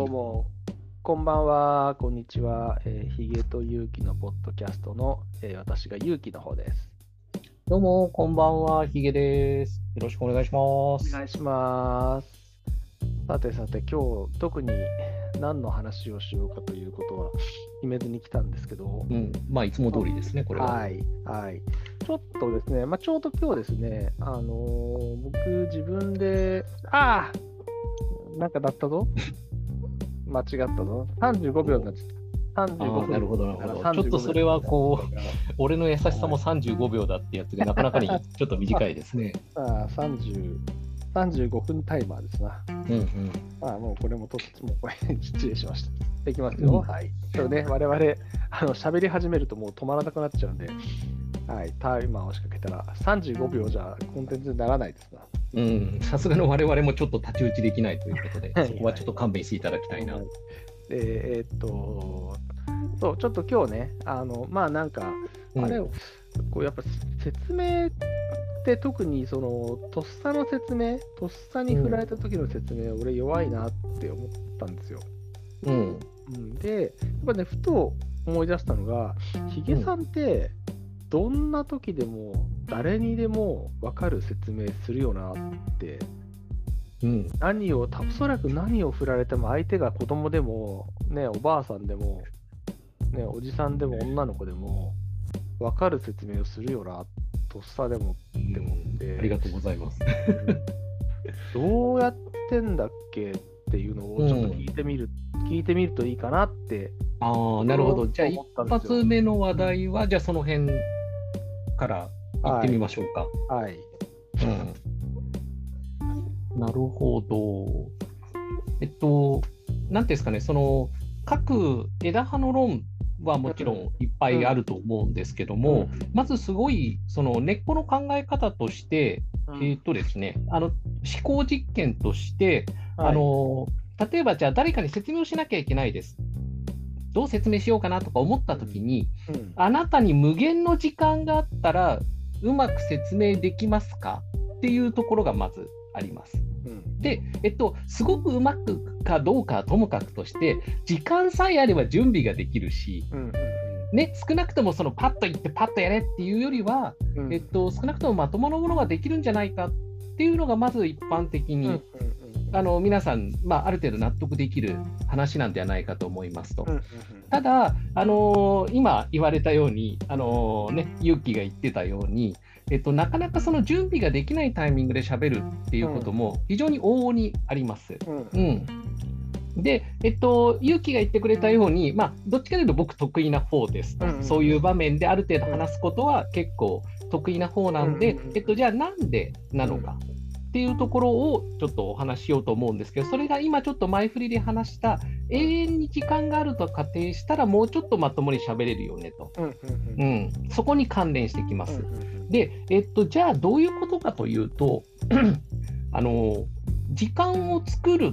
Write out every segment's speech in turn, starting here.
も、こんばんは、こんにちは。ヒゲとユウキのポッドキャストの、私がユウキの方です。 どうも、こんばんは、ヒゲです。よろしくお願いしまおす。 願いします。さてさて、今日特に何の話をしようかということは決めずに来たんですけど、 まあ、いつも通りですね、これは。 はい、はい。ちょっとですね、ちょうど今日ですね、僕自分で、なんかだったぞ間違ったぞ。35秒になっちゃった。35分。 なるほど、なるほど。 35 ちょっとそれは秒俺の優しさも35秒だってやつで、なかなかにちょっと短いですね。 35分タイマーですな。もうこれもこれ失礼しました。いきますよ。はい。そうね、我々、喋り始めるともう止まらなくなっちゃうんで、はい、タイマーを仕掛けたら35秒じゃコンテンツにならないですな。 さすがの我々もちょっと太刀打ちできないということで、そこはちょっと勘弁していただきたいな。 そう、ちょっと今日ね、なんか、あれを、こうやっぱ説明って特にその、とっさの説明、とっさに振られた時の説明、俺弱いなって思ったんですよ。で、やっぱね、ふと思い出したのが、ヒゲさんって、どんな時でも誰にでも分かる説明するよなって、おそらく何を振られても相手が子供でも、ね、おばあさんでも、ね、おじさんでも女の子でも分かる説明をするよな、とっさでもって思って、 ありがとうございます。 どうやってんだっけっていうのをちょっと聞いてみるといいかなって。 なるほど。じゃあ一発目の話題は、じゃあその辺から行ってみましょうか。 はい。 なるほど。なんていうんですかね、その各枝葉の論はもちろんいっぱいあると思うんですけども、まずすごいその根っこの考え方として、ですね、思考実験として、例えばじゃあ誰かに説明をしなきゃいけないです。どう説明しようかなとか思ったときに、あなたに無限の時間があったらうまく説明できますかっていうところがまずあります。で、すごくうまくかどうかはともかくとして、時間さえあれば準備ができるし、少なくともそのパッと言ってパッとやれっていうよりは、少なくともまともなものができるんじゃないかっていうのがまず一般的に、皆さん、ある程度納得できる話なんではないかと思いますと。ただ、今言われたように、ユッキーが言ってたように、なかなかその準備ができないタイミングで喋るっていうことも非常に往々にあります。で、ユッキーが言ってくれたように、どっちかというと僕得意な方ですと、そういう場面である程度話すことは結構得意な方なんで、じゃあなんでなのかっていうところをちょっとお話ししようと思うんですけど、それが今ちょっと前振りで話した永遠に時間があると仮定したらもうちょっとまともに喋れるよねと、そこに関連してきます。で、じゃあどういうことかというと時間を作る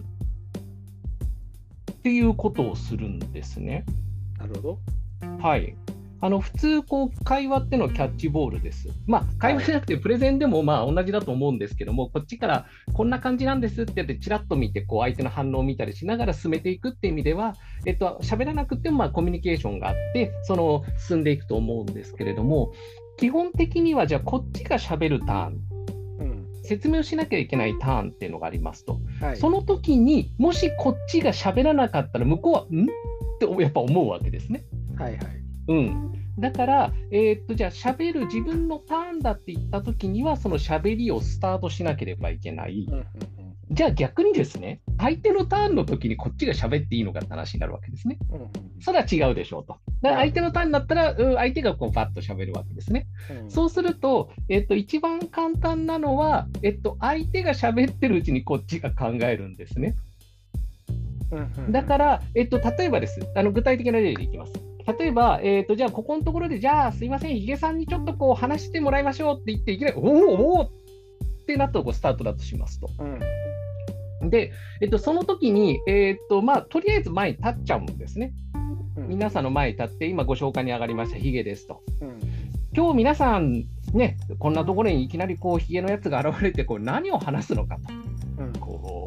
っていうことをするんですね。 なるほど。 はい。普通会話ってのはキャッチボールです。会話じゃなくてプレゼンでも同じだと思うんですけども、こっちからこんな感じなんですって言ってちらっと見て相手の反応を見たりしながら進めていくっていう意味では、喋らなくてもコミュニケーションがあって進んでいくと思うんですけれども、基本的にはじゃあこっちが喋るターン、説明をしなきゃいけないターンっていうのがありますと、その時にもしこっちが喋らなかったら向こうはってやっぱ思うわけですね。だから、じゃあ喋る自分のターンだって言ったときには、その喋りをスタートしなければいけない。じゃあ逆にですね、相手のターンの時にこっちが喋っていいのかって話になるわけですね。それは違うでしょうと。だから相手のターンだったら、相手がバッと喋るわけですね。そうすると、一番簡単なのは、相手が喋ってるうちにこっちが考えるんですね。だから、例えばです。具体的な例でいきます。例えば、じゃあここのところで、じゃあすいません、ヒゲさんにちょっと話してもらいましょうって言って、いきなり、おおってなったとスタートだとしますと。で、その時に、とりあえず前に立っちゃうんですね。皆さんの前に立って、今ご紹介に上がりましたヒゲですと。今日皆さん、ね、こんなところにいきなりヒゲのやつが現れて、何を話すのかと。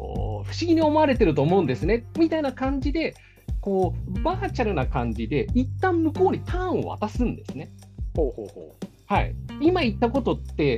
不思議に思われてると思うんですねみたいな感じで、こうバーチャルな感じで一旦向こうにターンを渡すんですね。 ほうほうほはい、今言ったことって、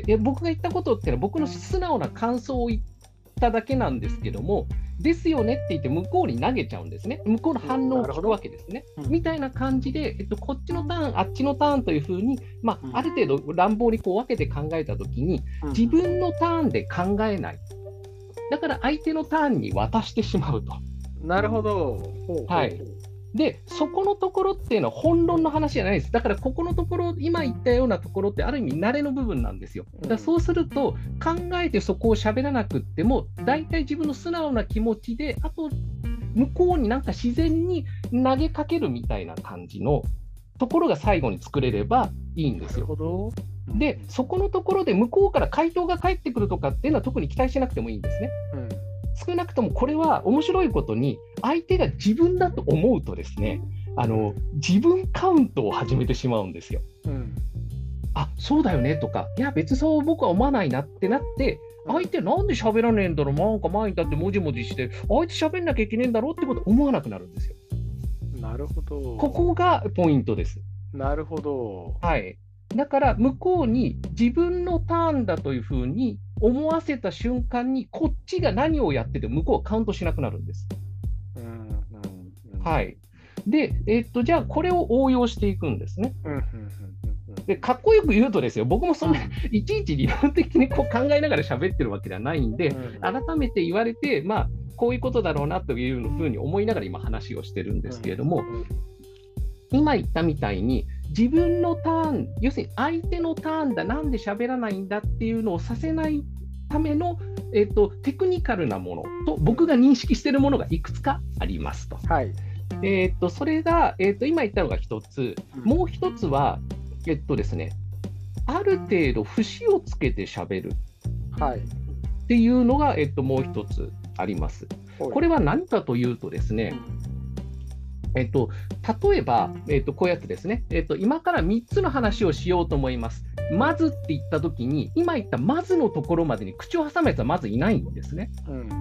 僕が言ったことっていうのは僕の素直な感想を言っただけなんですけども、ですよねって言って向こうに投げちゃうんですね。向こうの反応を聞くわけですね。みたいな感じで、こっちのターン、あっちのターンというふうに、ある程度乱暴にこう分けて考えたときに、自分のターンで考えない。だから相手のターンに渡してしまうと。 なるほど。 はい。で、そこのところっていうのは本論の話じゃないです。だからここのところ、今言ったようなところってある意味慣れの部分なんですよ。だからそうすると、考えてそこを喋らなくっても、大体自分の素直な気持ちで、あと向こうになんか自然に投げかけるみたいな感じのところが最後に作れればいいんですよ。 なるほど。 で、そこのところで向こうから回答が返ってくるとかっていうのは特に期待しなくてもいいんですね。少なくともこれは面白いことに、相手が自分だと思うとですね、自分カウントを始めてしまうんですよ。あ、そうだよねとか、いや別にそう僕は思わないなってなって、相手なんで喋らねえんだろう、なんか前に立ってもじもじして相手喋んなきゃいけねえんだろうってことは思わなくなるんですよ。 なるほど。 ここがポイントです。 なるほど。 はい。だから向こうに自分のターンだというふうに思わせた瞬間に、こっちが何をやってて向こうはカウントしなくなるんです。はい。で、じゃあこれを応用していくんですね。で、かっこよく言うとですよ、僕もそんな、いちいち理論的にこう考えながら喋ってるわけではないんで、改めて言われて、こういうことだろうなというふうに思いながら今話をしてるんですけれども、今言ったみたいに、自分のターン、要するに相手のターンだ、なんで喋らないんだっていうのをさせないための、テクニカルなものと、僕が認識しているものがいくつかありますと。 はい。 それが、今言ったのが一つ、もう一つは、ですね、ある程度節をつけて喋るっていうのが、もう一つあります。これは何かというとですね、例えば、こうやってですね、今から3つの話をしようと思います。まずって言ったときに、今言ったまずのところまでに口を挟むやつはまずいないんですね。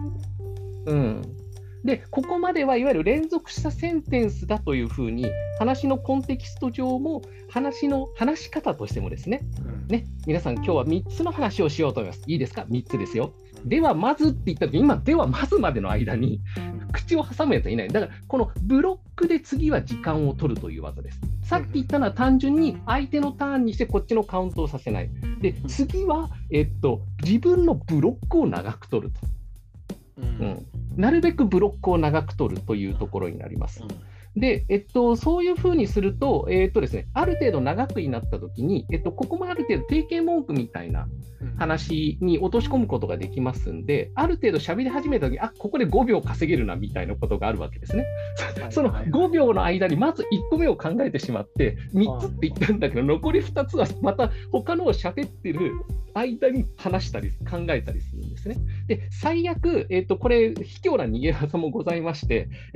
で、ここまではいわゆる連続したセンテンスだというふうに、話のコンテキスト上も、話し方としてもですね、皆さん、今日は3つの話をしようと思います。いいですか？ 3 つですよ。では、まずって言ったとき、今、では、まずまでの間に、口を挟むやつはいない。だから、このブロックで次は時間を取るという技です。さっき言ったのは単純に相手のターンにしてこっちのカウントをさせない。で、次は、自分のブロックを長く取ると。なるべくブロックを長く取るというところになります。で、そういうふうにすると、ですね、ある程度長くになったときに、ここもある程度定型文句みたいな話に落とし込むことができますんで、ある程度喋り始めたとき、ここで5秒稼げるなみたいなことがあるわけですね。その5秒の間にまず1個目を考えてしまって、3つって言ったんだけど、残り2つはまた他のを喋ってる間に話したり考えたりするんですね。で、最悪、これ、卑怯な逃げ技もございまして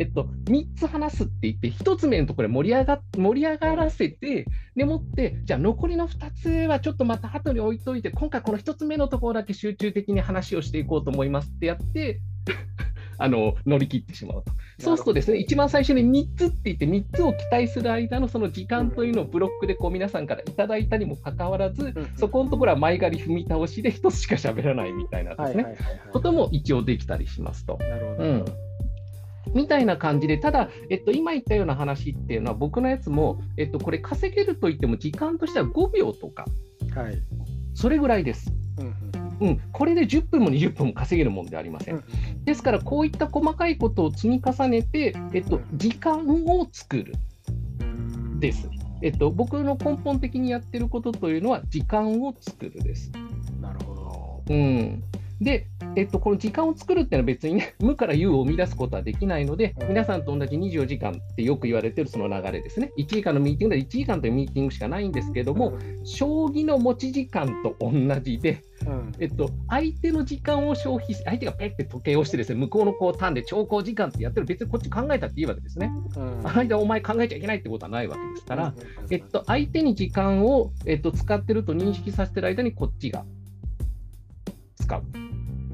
、3つ話すって言って、1つ目のところで盛り上がらせて、でもって、じゃあ残りの2つはちょっとまた後に置いといて、今回この1つ目のところだけ集中的に話をしていこうと思いますってやって、乗り切ってしまうと。そうするとですね、一番最初に3つって言って、3つを期待する間のその時間というのをブロックでこう皆さんからいただいたにもかかわらず、そこのところは前借り踏み倒しで1つしか喋らないみたいなですね、ことも一応できたりしますと。みたいな感じで、ただ、今言ったような話っていうのは、僕のやつも、これ稼げるといっても、時間としては5秒とか、それぐらいです。これで10分も20分も稼げるものではありません。ですから、こういった細かいことを積み重ねて、時間を作るです。僕の根本的にやってることというのは、時間を作るです。 なるほど。 で、この時間を作るっていうのは別にね、無から有を生み出すことはできないので、皆さんと同じ24時間ってよく言われてるその流れですね。1時間のミーティングで1時間というミーティングしかないんですけども、将棋の持ち時間と同じで、相手の時間を消費して、相手がペッて時計をしてですね、向こうのこうターンで長考時間ってやってる、別にこっち考えたっていいわけですね。間お前考えちゃいけないってことはないわけですから、相手に時間を、使ってると認識させてる間にこっちが使う。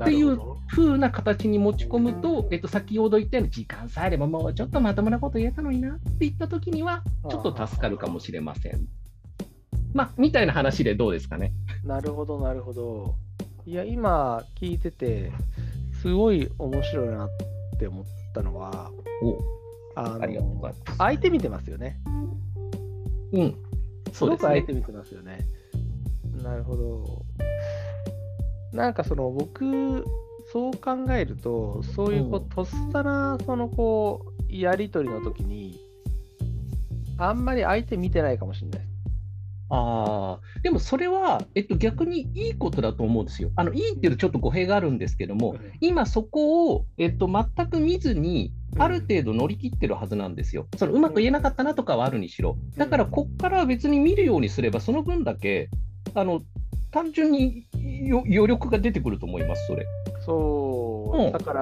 なていうるほど。 風な形に持ち込むと、先ほど言ったように時間さえあればもうちょっとまともなこと言えたのになって言ったときには、ちょっと助かるかもしれません。まあ、みたいな話でどうですかね。 なるほど、なるほど。いや、今聞いてて、すごい面白いなって思ったのは、 おありがとうございます。 相手見てますよね。 うん。 すごく相手見てますよね。なるほど。なんか僕、そう考えると、そういうとっさなやり取りの時に、あんまり相手見てないかもしれないです。 でもそれは、逆にいいことだと思うんですよ。いいっていうとちょっと語弊があるんですけども、今そこを、全く見ずに、ある程度乗り切ってるはずなんですよ。うまく言えなかったなとかはあるにしろ。だから、こっから別に見るようにすれば、その分だけ、単純に余力が出てくると思います、それ。 そう、だから、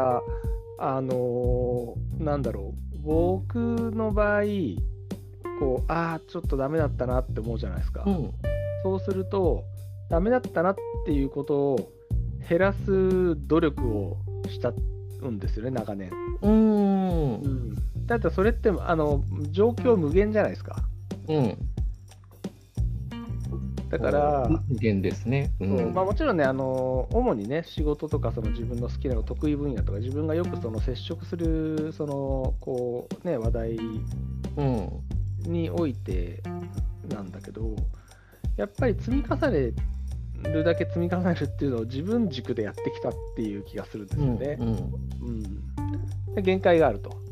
なんだろう、僕の場合、ちょっとダメだったなって思うじゃないですか。そうすると、ダメだったなっていうことを減らす努力をしたんですよね、長年。だってそれって状況無限じゃないですか。だから無限ですね。 もちろんね、主にね、仕事とか自分の好きな得意分野とか、自分がよく接触する話題においてなんだけど、やっぱり積み重ねるだけ積み重ねるっていうのを自分軸でやってきたっていう気がするんですよね。で限界があると。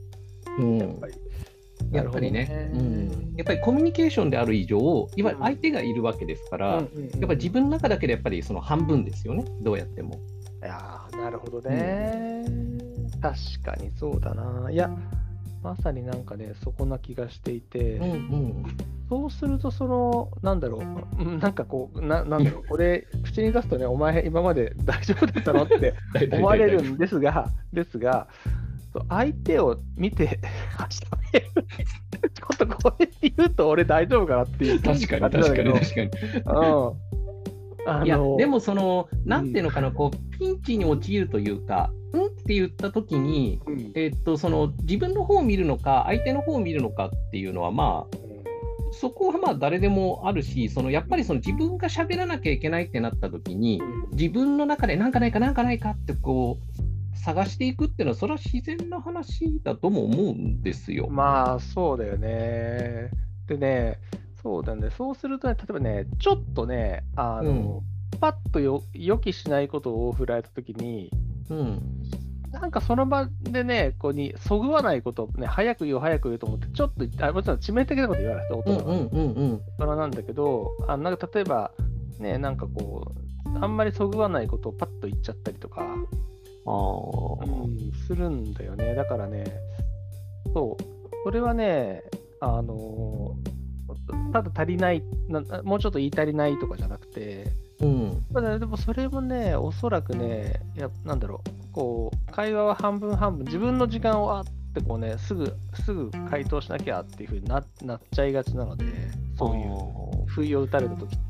やっぱりね、やっぱりコミュニケーションである以上、いわゆる相手がいるわけですから、やっぱり自分の中だけでやっぱりその半分ですよね、どうやっても。 いやなるほどね、確かにそうだな。いや、まさになんかね、そこな気がしていて、そうするとなんだろう、なんかなんだろう、これ、口に出すとね、お前、今まで大丈夫だったのって思われるんですが、相手を見て、ちょっとこれって言うと、俺大丈夫かなっていう。 確かに。いや、でもなんていうのかな、ピンチに陥るというか、って言ったときに、自分の方を見るのか、相手の方を見るのかっていうのは、まあ、そこはまあ誰でもあるし、やっぱり自分が喋らなきゃいけないってなったときに、自分の中でなんかないかって探していくっていうのは、それは自然な話だとも思うんですよ。 まあ、そうだよね。でね、そうだね。そうするとね、例えばね、ちょっとね、パッと予期しないことを振られたときに、なんかその場でね、そぐわないことをね、早く言うと思って、ちょっと、もちろん致命的なこと言わないと、大人なんだけど、なんか例えば、ね、なんかあんまりそぐわないことをパッと言っちゃったりとか、するんだよね。だからね、それはね、ただ足りないもうちょっと言い足りないとかじゃなくて、でもそれもね、おそらくね、なんだろう、会話は半分半分、自分の時間をってすぐ回答しなきゃっていうふうになっちゃいがちなので、そういう不意を打たれた時って。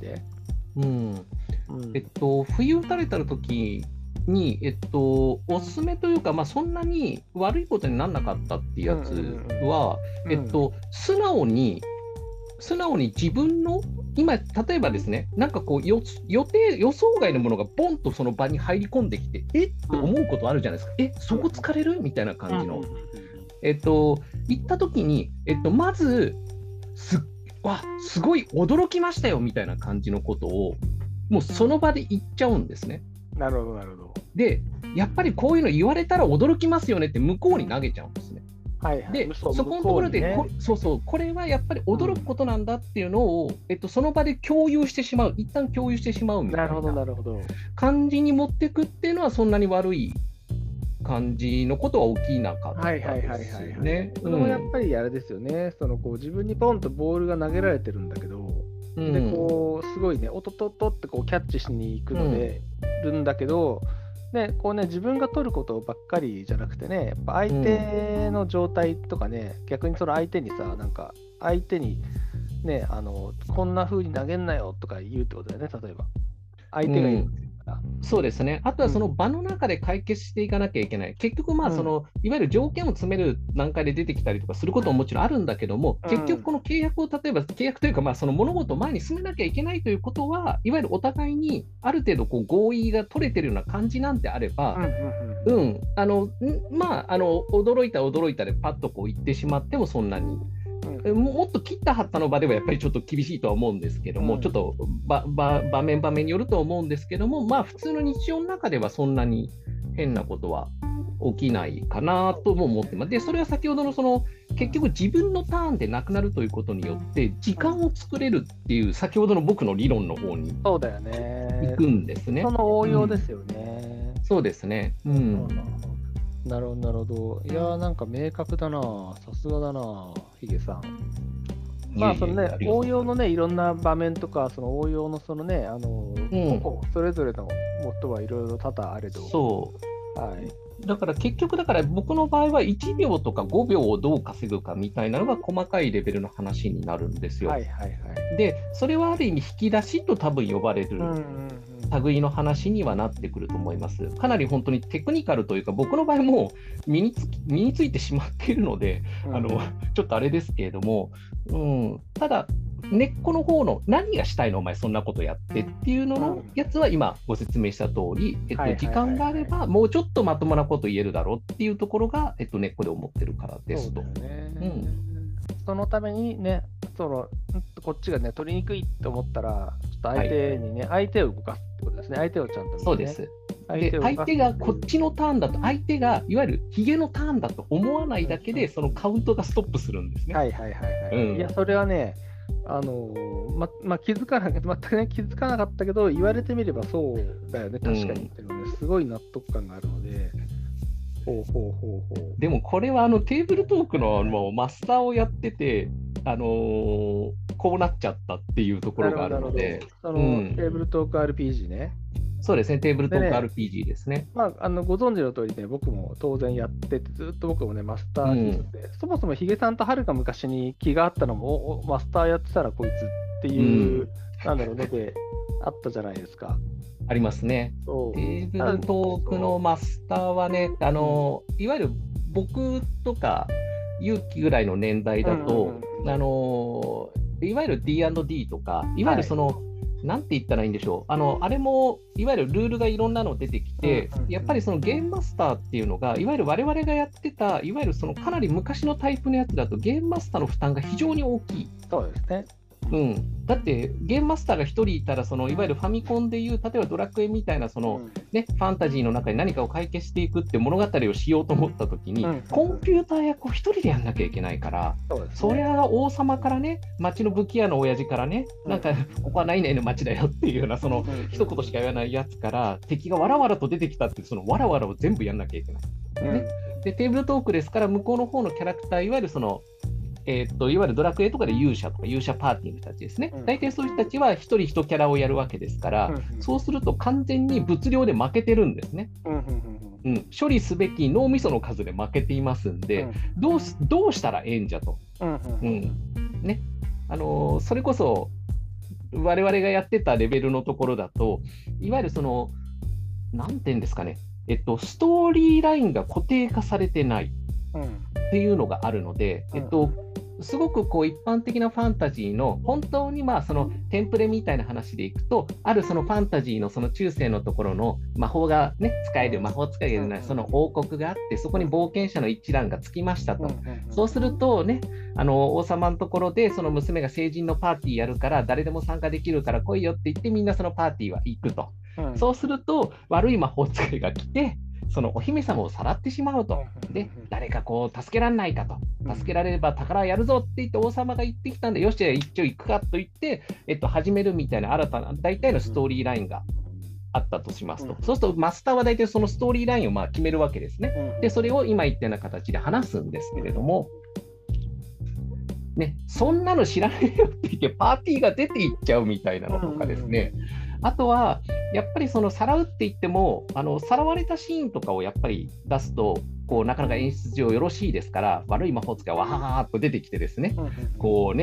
不意を打たれた時に、おすすめというか、まあ、そんなに悪いことにならなかったっていうやつは、素直に自分の今、例えばですね、なんか予想外のものがボンとその場に入り込んできて、って思うことあるじゃないですか。そこ疲れるみたいな感じの。行った時に、まずすごい驚きましたよみたいな感じのことを、もうその場で言っちゃうんですね。 なるほど、なるほど。 で、やっぱりこういうの言われたら驚きますよねって向こうに投げちゃうんですね。で、そこのところで、これはやっぱり驚くことなんだっていうのを、その場で共有してしまう、一旦共有してしまうみたいな感じに持っていくっていうのは、そんなに悪い感じのことは起きなかったですよね。 それもやっぱりあれですよね、自分にポンとボールが投げられてるんだけど、ですごいね、おとととってキャッチしに行くので、るんだけど、自分が取ることばっかりじゃなくてね、やっぱ相手の状態とかね、逆に相手になんか相手にね、こんな風に投げんなよとか言うってことだよね、例えば。相手がいる、 ら。 そうですね。あとはその場の中で解決していかなきゃいけない。結局、いわゆる条件を詰める段階で出てきたりとかすることももちろんあるんだけども、結局この契約を、例えば契約というか、その物事を前に進めなきゃいけないということは、いわゆるお互いにある程度合意が取れてるような感じなんであれば、驚いたでパッと言ってしまってもそんなに。もっと切った張ったの場ではやっぱりちょっと厳しいとは思うんですけども、ちょっと場面によると思うんですけども、普通の日常の中ではそんなに変なことは起きないかなとも思ってます。で、それは先ほどの結局自分のターンでなくなるということによって時間を作れるっていう先ほどの僕の理論の方に行くんですね。 その応用ですよね。 そうですね。 なるほど、なるほど。いやなんか明確だな。さすがだな、ヒゲさん。そのね、応用のね、いろんな場面とか、その応用のそのね、それぞれの元はいろいろ多々あれど。 そう。はい。だから結局、僕の場合は1秒とか5秒をどう稼ぐかみたいなのが細かいレベルの話になるんですよ。で、それはある意味引き出しと多分呼ばれる類の話にはなってくると思います。かなり本当にテクニカルというか、僕の場合も身についてしまっているので、ちょっとあれですけれども、ただ、根っこの方の何がしたいのお前そんなことやってっていうののやつは今ご説明した通り、時間があればもうちょっとまともなこと言えるだろうっていうところが、根っこで思ってるからですと。 そのためにね、こっちがね取りにくいと思ったら、ちょっと相手にね、相手を動かすってことですね。相手をちゃんと、 そうです。で相手がこっちのターンだと、相手がいわゆるヒゲのターンだと思わないだけで、そのカウントがストップするんですね。いや、それはね、気づかな全くね、気づかなかったけど、言われてみればそうだよね、確かにっていうのね、すごい納得感があるので。でもこれはテーブルトークのもうマスターをやってて、こうなっちゃったっていうところがあるので、 テーブルトーク RPG ね。 そうですね、テーブルトーク RPG ですね。 ご存知の通りね、僕も当然やってて、ずっと僕もね、マスターシステムで、そもそもヒゲさんとはるか昔に気があったのも、マスターやってたらこいつっていう、で、あったじゃないですか。 ありますね。テーブルトークのマスターはね、いわゆる僕とか勇気ぐらいの年代だと、いわゆる D&D とか、いわゆるなんて言ったらいいんでしょう、あれもいわゆるルールがいろんなの出てきて、やっぱりそのゲームマスターっていうのが、いわゆる我々がやってた、いわゆるかなり昔のタイプのやつだと、ゲームマスターの負担が非常に大きい。 そうですね。 だってゲームマスターが1人いたら、いわゆるファミコンでいう、例えばドラクエみたいなファンタジーの中で何かを解決していくって物語をしようと思ったときに、コンピューター役を1人でやんなきゃいけないから、それは王様からね、町の武器屋の親父からね、なんかここは何々の町だよっていうような、一言しか言わないやつから、敵がわらわらと出てきたって、わらわらを全部やんなきゃいけない。でテーブルトークですから、向こうの方のキャラクター、いわゆるいわゆるドラクエとかで勇者とか勇者パーティーの人たちですね。大体そういう人たちは一人一キャラをやるわけですから、そうすると完全に物量で負けてるんですね。処理すべき脳みその数で負けていますんで、どうしたらええんじゃと。それこそ我々がやってたレベルのところだと、いわゆるなんていうんですかね、ストーリーラインが固定化されてないっていうのがあるので、すごく一般的なファンタジーの本当にテンプレみたいな話でいくと、あるファンタジーの中世のところの魔法が、使える魔法使いがいるその王国があって、そこに冒険者の一覧がつきましたと。そうするとね、王様のところでその娘が成人のパーティーやるから誰でも参加できるから来いよって言って、みんなそのパーティーは行くと。そうすると悪い魔法使いが来て、そのお姫様をさらってしまうと。で、誰か助けられないかと。助けられれば宝やるぞって言って王様が言ってきたんで、よし、じゃあ一応行くかと言って、始めるみたいな新たな大体のストーリーラインがあったとしますと。そうするとマスターは大体そのストーリーラインを決めるわけですね。で、それを今言ったような形で話すんですけれども、そんなの知らねえよって言ってパーティーが出ていっちゃうみたいなのとかですね。あとはやっぱりさらうって言っても、さらわれたシーンとかをやっぱり出すとなかなか演出上よろしいですから、悪い魔法使いがわははーっと出てきてですね、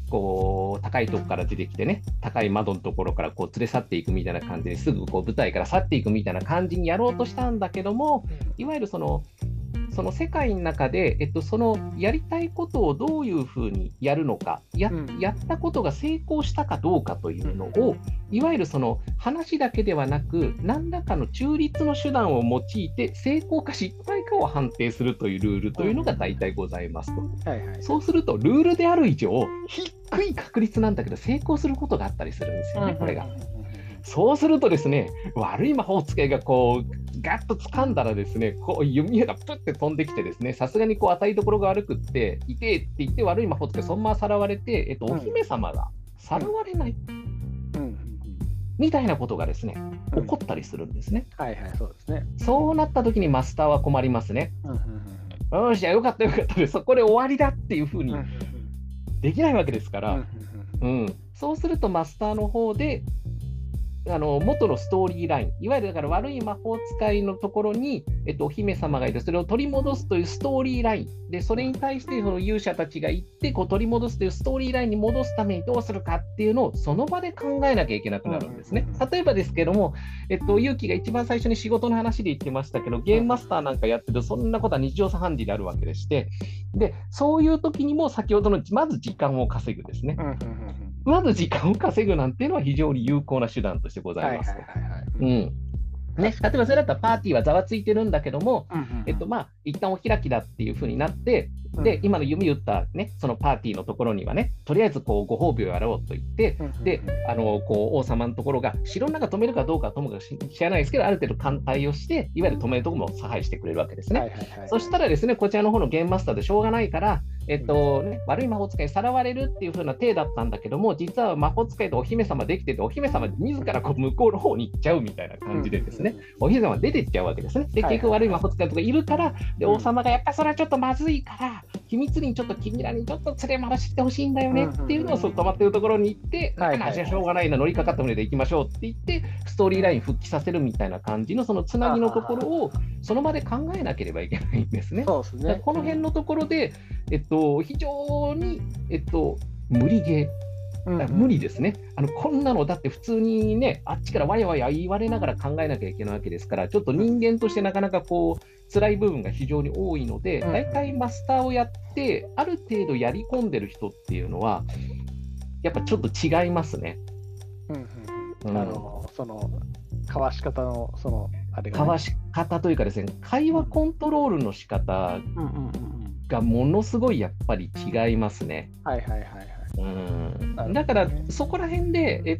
こう高いとこから出てきてね、高い窓のところからこう連れ去っていくみたいな感じですぐこう舞台から去っていくみたいな感じにやろうとしたんだけども、いわゆるその世界の中で、そのやりたいことをどういうふうにやるのか、やったことが成功したかどうかというのを、いわゆるその話だけではなく、何らかの中立の手段を用いて、成功か失敗かを判定するというルールというのが大体ございますと。そうすると、ルールである以上、低い確率なんだけど、成功することがあったりするんですよね、これが。そうするとですね、悪い魔法使いがこうガッと掴んだらですね、こう弓矢がプッて飛んできてですね、さすがにこう当たりどころが悪くって痛えって言って悪い魔法使いそのままさらわれて、お姫様がさらわれない、みたいなことがですね、起こったりするんですね。 そうですね。 そうなった時にマスターは困りますね。よし、よかったよかったで、そこで終わりだっていうふうにできないわけですから、そうするとマスターの方で元のストーリーライン、いわゆるだから悪い魔法使いのところに、お姫様がいて、それを取り戻すというストーリーラインで、それに対してその勇者たちが行ってこう取り戻すというストーリーラインに戻すためにどうするかっていうのをその場で考えなきゃいけなくなるんですね。例えばですけども、勇気が一番最初に仕事の話で言ってましたけど、ゲームマスターなんかやってるとそんなことは日常茶飯事であるわけでして、でそういう時にも先ほどのまず時間を稼ぐですね。まず時間を稼ぐなんていうのは非常に有効な手段としてございます。例えばそれだったらパーティーはざわついてるんだけども、一旦お開きだっていう風になって、で今の弓打った、ね、そのパーティーのところにはね、とりあえずこうご褒美をやろうと言って、でこう王様のところが城の中止めるかどうかはともかく知らないですけど、ある程度艦隊をして、いわゆる止めるところも差配してくれるわけですね。そしたらですね、こちらの方のゲームマスターでしょうがないから、悪い魔法使いにさらわれるっていう風な体だったんだけども、実は魔法使いとお姫様できてて、お姫様自らこう向こうの方に行っちゃうみたいな感じでですね、お姫様出てっちゃうわけですね。で結局悪い魔法使いとかいるから、で王様がやっぱそれはちょっとまずいから秘密にちょっと君らにちょっと連れ回してほしいんだよねっていうのを止まってるところに行って、じゃあしょうがないな、乗りかかった船で行きましょうって言ってストーリーライン復帰させるみたいな感じのそのつなぎのところをその場で考えなければいけないんですね。この辺のところで、非常に、無理ゲー、無理ですね。こんなのだって普通にね、あっちからわやわや言われながら考えなきゃいけないわけですから、ちょっと人間としてなかなかこう辛い部分が非常に多いので、大体マスターをやってある程度やり込んでる人っていうのはやっぱちょっと違いますね。 その交わし方のそのあれが、ね、 交わし方というかですね、会話コントロールの仕方がものすごいやっぱり違いますね。だからそこら辺で、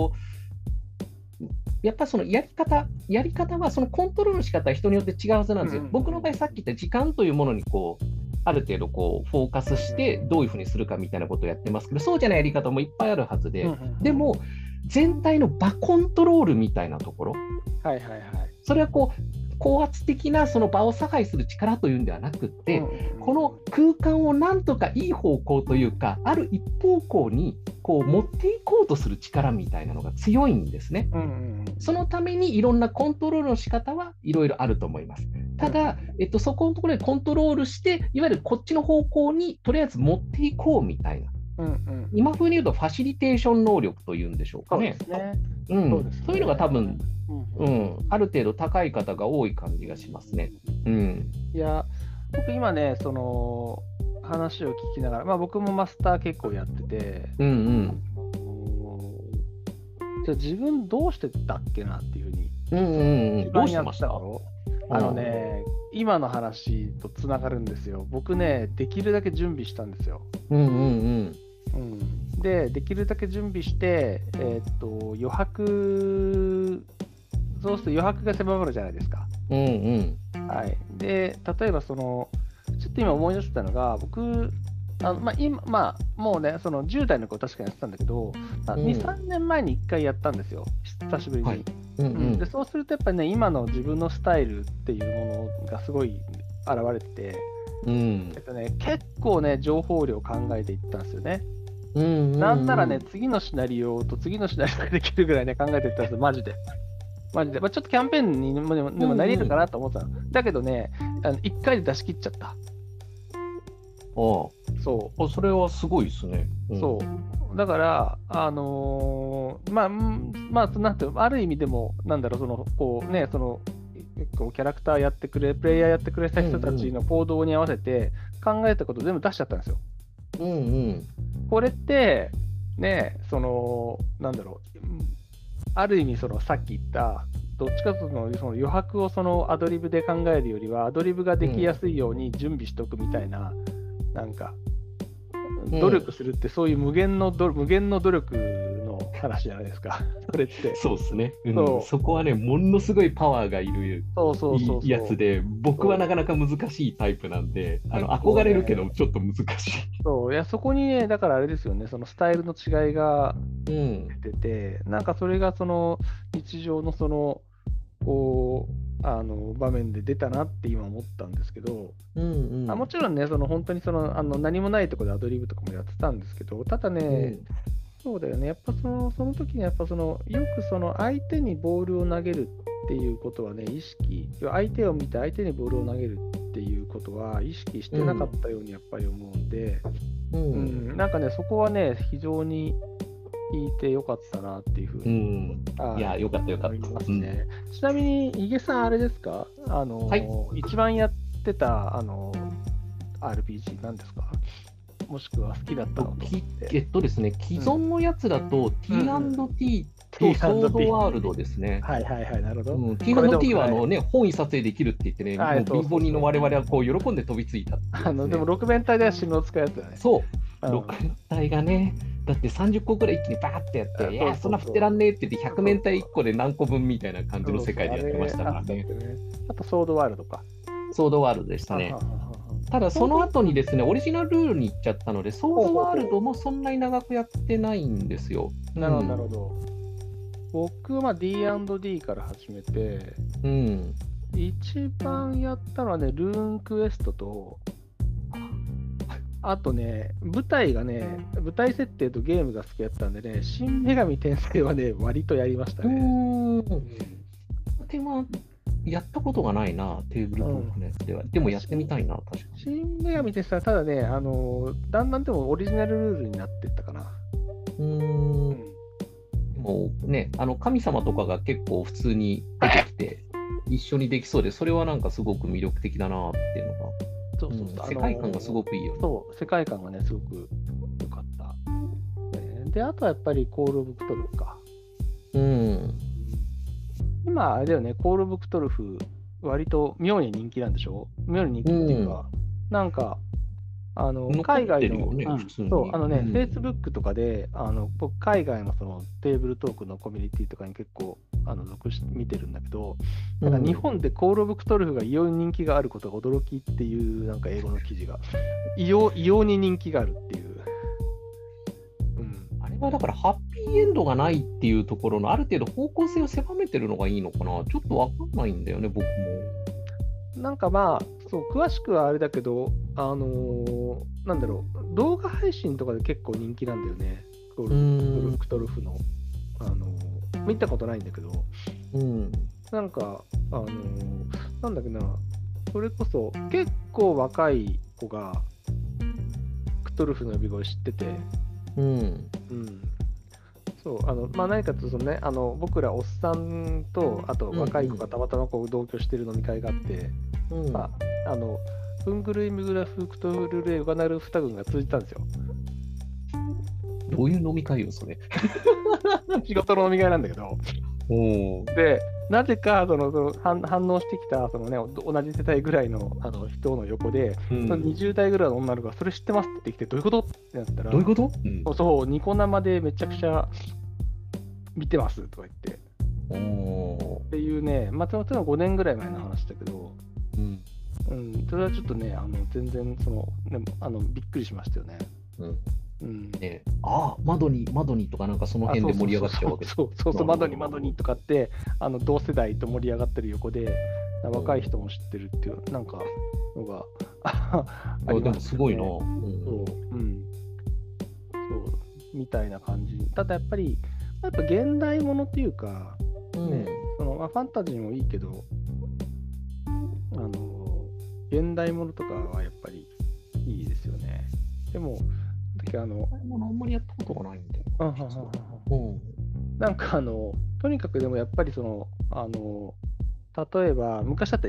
やっぱそのやり方はそのコントロールの仕方は人によって違うはずなんですよ。僕の場合さっき言った時間というものにこうある程度こうフォーカスしてどういうふうにするかみたいなことをやってますけど、そうじゃないやり方もいっぱいあるはずで、でも全体の場コントロールみたいなところ、それはこう高圧的なその場を差配する力というんではなくって、この空間をなんとかいい方向というか、ある一方向にこう持っていこうとする力みたいなのが強いんですね。そのためにいろんなコントロールの仕方はいろいろあると思います。ただ、そこのところでコントロールして、いわゆるこっちの方向にとりあえず持っていこうみたいな。今風に言うとファシリテーション能力というんでしょうかね。そういうのが多分、ある程度高い方が多い感じがしますね。 いや、僕今ね、その話を聞きながら、僕もマスター結構やってて、じゃあ自分どうしてたっけなっていうふうに、 どうしてました？ 今の話とつながるんですよ。僕ね、できるだけ準備したんですよ。できるだけ準備して、余白、そうすると余白が狭まるじゃないですか。で例えばちょっと今思い出したのが、僕今もうね、その10代の子確かにやってたんだけど、2、3年前に1回やったんですよ、久しぶりに。でそうするとやっぱりね、今の自分のスタイルっていうものがすごい現れてて、結構ね、情報量考えていったんですよね。なんならね、次のシナリオと次のシナリオができるぐらいね、考えていったんですよ、マジで。ちょっとキャンペーンにでもなり得るかなと思ってたの。だけどね、1回で出し切っちゃった。 あそあ、それはすごいですね。 う、そう。だから、なんていうの、ある意味でも、なんだろう、こうね、こうキャラクターやってくれ、プレイヤーやってくれた人たちの行動に合わせて、考えたこと全部出しちゃったんですよ。 うんうん。 これって、ね、なんだろう、ある意味、さっき言った、どっちかというとその余白をアドリブで考えるよりは、アドリブができやすいように準備しておくみたいな、なんか、努力するってそういう無限の努力の話じゃないですか、それって。 そうですね、 そうそこはね、ものすごいパワーがいるやつで、僕はなかなか難しいタイプなんで、憧れるけど、ちょっと難しい。 そう、いや、そこにね、だからあれですよね、そのスタイルの違いがうん出てて、なんかそれが日常のこ場面で出たなって今思ったんですけど、 うんもちろんね、本当に何もないところでアドリブとかもやってたんですけど、ただね、そうだよね、やっぱその時にやっぱよく相手にボールを投げるっていうことはね、相手を見て相手にボールを投げるっていうことは意識してなかったようにやっぱり思うんで、なんかね、そこはね、非常に聞いてよかったなっていうふうに、 いや、よかったよかった。 ますね。ちなみに、井毛さん、あれですか、一番やってたRPG なんですか、もしくは好きだったのとですね、既存のやつだと T&T とソードワールドですね。 はいはいはい、なるほど。 T&T は本位撮影できるって言ってね、もうビンボニの我々はこう喜んで飛びついた。 でも6面体では死ぬを使うやつだね。 そう、6面体がね、だって30個くらい一気にバーってやって、いや、そんな振ってらんねえって言って、100面体1個で何個分みたいな感じの世界でやってましたからね。 あと、ソードワールドか。 ソードワールドでしたね。ただ、その後にですね、オリジナルルールに行っちゃったので、ソードワールドもそんなに長くやってないんですよ。 なるほど、なるほど。僕はD&D から始めて、一番やったのはね、ルーンクエストと、あとね、舞台設定とゲームが好きだったんでね、新女神転生はね、割とやりましたね。 でも、やったことがないな、テーブルトークのやつでは。でもやってみたいな、確かに。 新女神転生はただね、だんだんでもオリジナルルールになっていったかな。 もうね、神様とかが結構普通に出てきて、一緒にできそうで、それはなんかすごく魅力的だなっていうのが。世界観がすごくいいよね。 そう、世界観がね、すごく良かった。で、あとはやっぱりコール・オブ・クトルフか。今、あれだよね、コール・オブ・クトルフ、割と妙に人気なんでしょ？妙に人気っていうか、なんか、海外の、Facebook とかで、僕、海外のテーブルトークのコミュニティとかに結構、見てるんだけど、なんか日本でコール・オブ・クトルフが異様に人気があることが驚きっていう、なんか英語の記事が、異様に人気があるっていう。 あれはだから、ハッピーエンドがないっていうところの、ある程度方向性を狭めてるのがいいのかな、ちょっとわかんないんだよね、僕も。 なんかそう、詳しくはあれだけど、なんだろう、動画配信とかで結構人気なんだよね、コール・オブ・クトルフの。見たことないんだけど、なんか、なんだっけな、それこそ結構若い子がクトルフの呼び声知ってて、そう、何かというとね、僕らおっさんと、あと若い子がたまたまこう同居してる飲み会があって、フングルイムグラフクトルレウガナルフタ軍が通じたんですよ。 どういう飲み会よ、それ。 仕事の飲み会なんだけど。で、なぜか反応してきた同じ世代ぐらいの人の横で、その20代ぐらいの女の子がそれ知ってますって言ってきて、どういうことってなったら、 どういうこと？ そう、ニコ生でめちゃくちゃ見てますとか言って。っていうね、もちろん5年ぐらい前の話だけど、それはちょっとね、全然びっくりしましたよね。 窓にとかなんかその辺で盛り上がっちゃうわけです。 そう窓にとかって同世代と盛り上がってる横で若い人も知ってるっていうなんかのがありますね。 でもすごいな。 そうみたいな感じ。ただやっぱり現代ものっていうか、ファンタジーもいいけど現代ものとかはやっぱりいいですよね。 でも、 あんまりやったことがないんだよな。 なんかとにかくでもやっぱり例えば昔だったら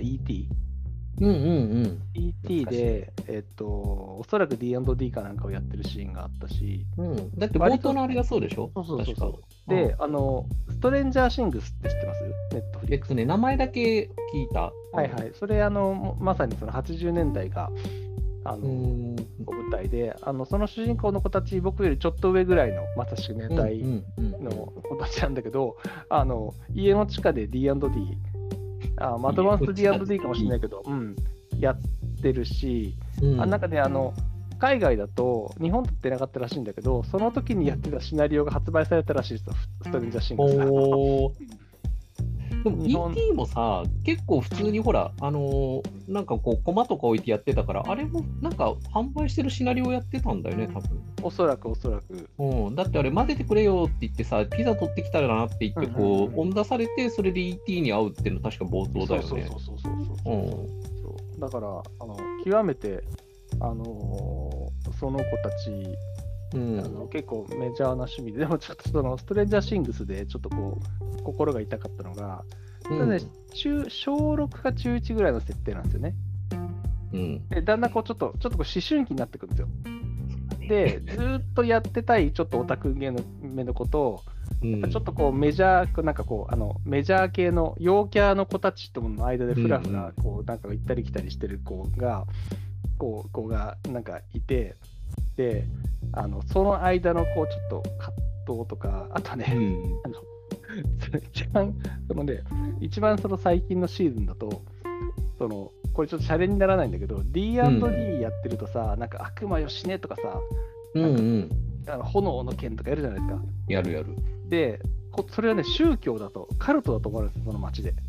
ET。ET で、おそらく D&D かなんかをやってるシーンがあったし、 だって冒頭のあれがそうでしょ。 そう。で、ストレンジャーシングスって知ってます？ネットフリックス。 名前だけ聞いた。 はいはい。それまさにその80年代が舞台で、その主人公の子たち、僕よりちょっと上ぐらいのまさしく年代の子たちなんだけど、家の地下で D&D、アドバンス D&D かもしれないけど、やってるし、なんかね、海外だと日本ってなかったらしいんだけど、その時にやってたシナリオが発売されたらしいですよ、ストレンジャーシングスが。 でも ET もさ、結構普通にほら、なんかこう、コマとか置いてやってたから、あれもなんか販売してるシナリオやってたんだよね、多分。 おそらく。 だってあれ、混ぜてくれよって言ってさ、ピザ取ってきたらなって言って、こう、温出されて、それで ET に合うっていうの確か冒頭だよね。 そうだから、極めて、その子たち、結構メジャーな趣味で、でもちょっとそのストレンジャーシングスでちょっとこう心が痛かったのが、小6か中1ぐらいの設定なんですよね。でだんだんこうちょっとこう思春期になってくるんですよ。で、ずっとやってたいちょっとオタク系の目の子と、やっぱちょっとこうメジャー、なんかこうメジャー系の陽キャの子たちとの間でフラフラこうなんか行ったり来たりしてる子がなんかいて、でその間のこうちょっと葛藤とか、あとね、一番その最近のシーズンだと、これちょっとシャレにならないんだけど、D&D やってるとさ、なんか悪魔よ死ねとかさ、炎の剣とかやるじゃないですか。 やる。 で、それはね、宗教だと、カルトだと思われるんですよ、その街で。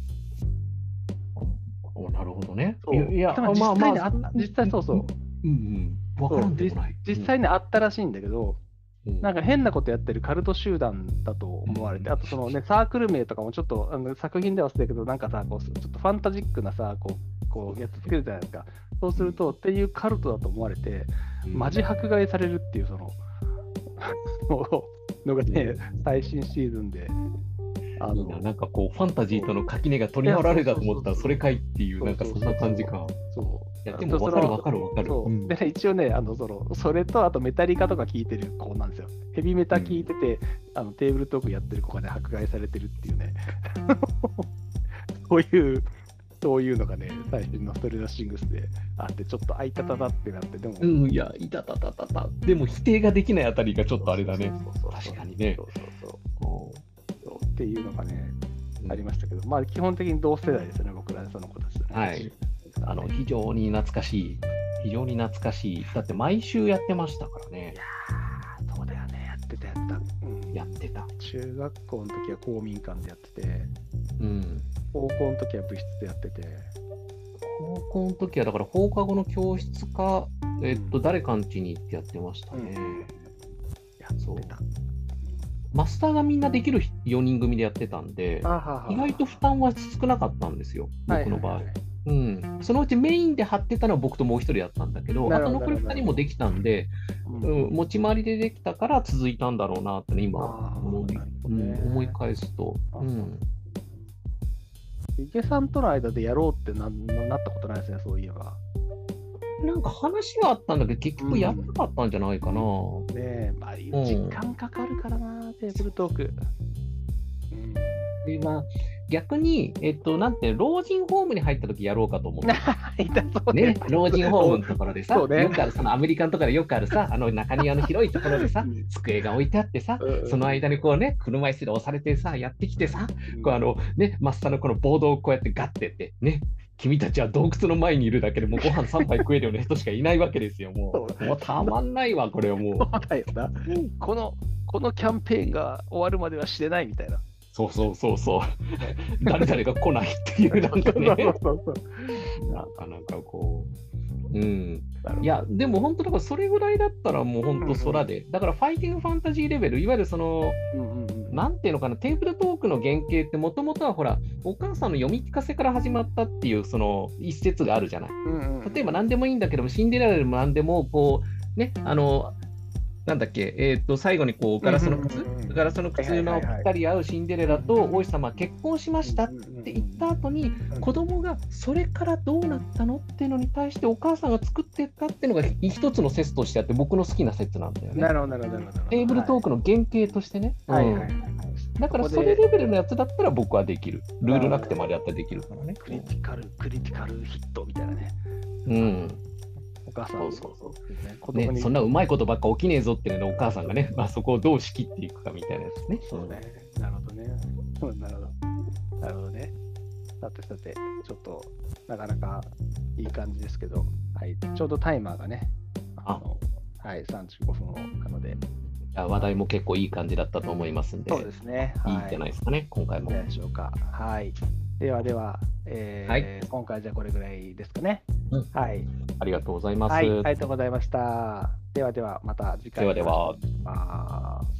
なるほどね。 いや、実際そうそう。 分からんでもない。 実際にあったらしいんだけど、なんか変なことやってるカルト集団だと思われて、あとそのね、サークル名とかもちょっと作品では忘れたけど、なんかさ、こうちょっとファンタジックなさ、こうやつ作るじゃないですか。そうすると、っていうカルトだと思われて、マジ迫害されるっていうのがね、最新シーズンで。 なんかこう、ファンタジーとの垣根が取り払われたと思ったら、それかいっていう、なんかそんな感じか。いや、でも分かる。 でね、一応ね、それと、あとメタリカとか聞いてる子なんですよ。ヘビメタ聞いてて、テーブルトークやってる子がね、迫害されてるっていうね。そういうのがね、最新のストレートシングスであって、ちょっとあいたたたってなって、でも。 いや、いたたたたた。でも否定ができないあたりがちょっとあれだね。確かにね。 っていうのがね、ありましたけど、まあ基本的に同世代ですよね、僕らその子たち、ね。 はい。非常に懐かしい。だって毎週やってましたからね。 いやー、そうだよね、 やってた。 中学校の時は公民館でやってて、高校の時は部室でやってて。 高校の時はだから放課後の教室か、誰かん家に行ってやってましたね。 やってた。 マスターがみんなできる4人組でやってたんで、意外と負担は少なかったんですよ、僕の場合。そのうちメインで張ってたのは僕ともう一人だったんだけど、あと残り2人もできたんで、持ち回りでできたから続いたんだろうなって、今思い返すと。 池さんとの間でやろうってなったことないですね、そういえば。 なんか話はあったんだけど、結局やらなかったんじゃないかな。 ねえ、まあ、時間かかるからな、テーブルトーク。 で、まあ、逆に、なんて、老人ホームに入った時やろうかと思って。 いたそうね。 老人ホームのところでさ、よくある、アメリカのとかでよくあるさ、中庭の広いところでさ、机が置いてあってさ、その間にこうね、車椅子で押されてさ、やってきてさ、こうね、真っ下のこのボードをこうやってガッてって、ね、君たちは洞窟の前にいるだけでもうご飯3杯食えるような人しかいないわけですよ、もうたまんないわ、これはもう。 そうだよな。このキャンペーンが終わるまでは知れないみたいな。 そう。誰々が来ないっていう、なんかね。なかなかこう。いや、でも本当だからそれぐらいだったらもう本当空で。だからファイティングファンタジーレベル、いわゆるその、なんていうのかな、テーブルトークの原型ってもともとはほら、お母さんの読み聞かせから始まったっていうその一節があるじゃない。例えば何でもいいんだけども、シンデレラでも何でもこう、 ね、なんだっけ、最後にこうガラスの靴のぴったり合うシンデレラと王子様は結婚しましたって言った後に、子供がそれからどうなったのっていうのに対してお母さんが作ってったっていうのが一つの説としてあって、僕の好きな説なんだよね。 なるほど、なるほど。 テーブルトークの原型としてね。だからそれレベルのやつだったら僕はできる。ルールなくてもあれやったらできるからね。 クリティカルヒットみたいなね。お母さん、 ね、そんなうまいことばっか起きねえぞっていうのをお母さんがね、そこをどう仕切っていくかみたいなやつね。 そうね。なるほどね。なるほどね。さて、ちょっとなかなかいい感じですけど、はい、ちょうどタイマーがね、はい、35分なので。 話題も結構いい感じだったと思いますんで、 そうですね。 いいんじゃないですかね、今回も。 でしょうか。はい。では、今回じゃこれぐらいですかね。はい。 ありがとうございます。 はい、ありがとうございました。では、また次回。 では。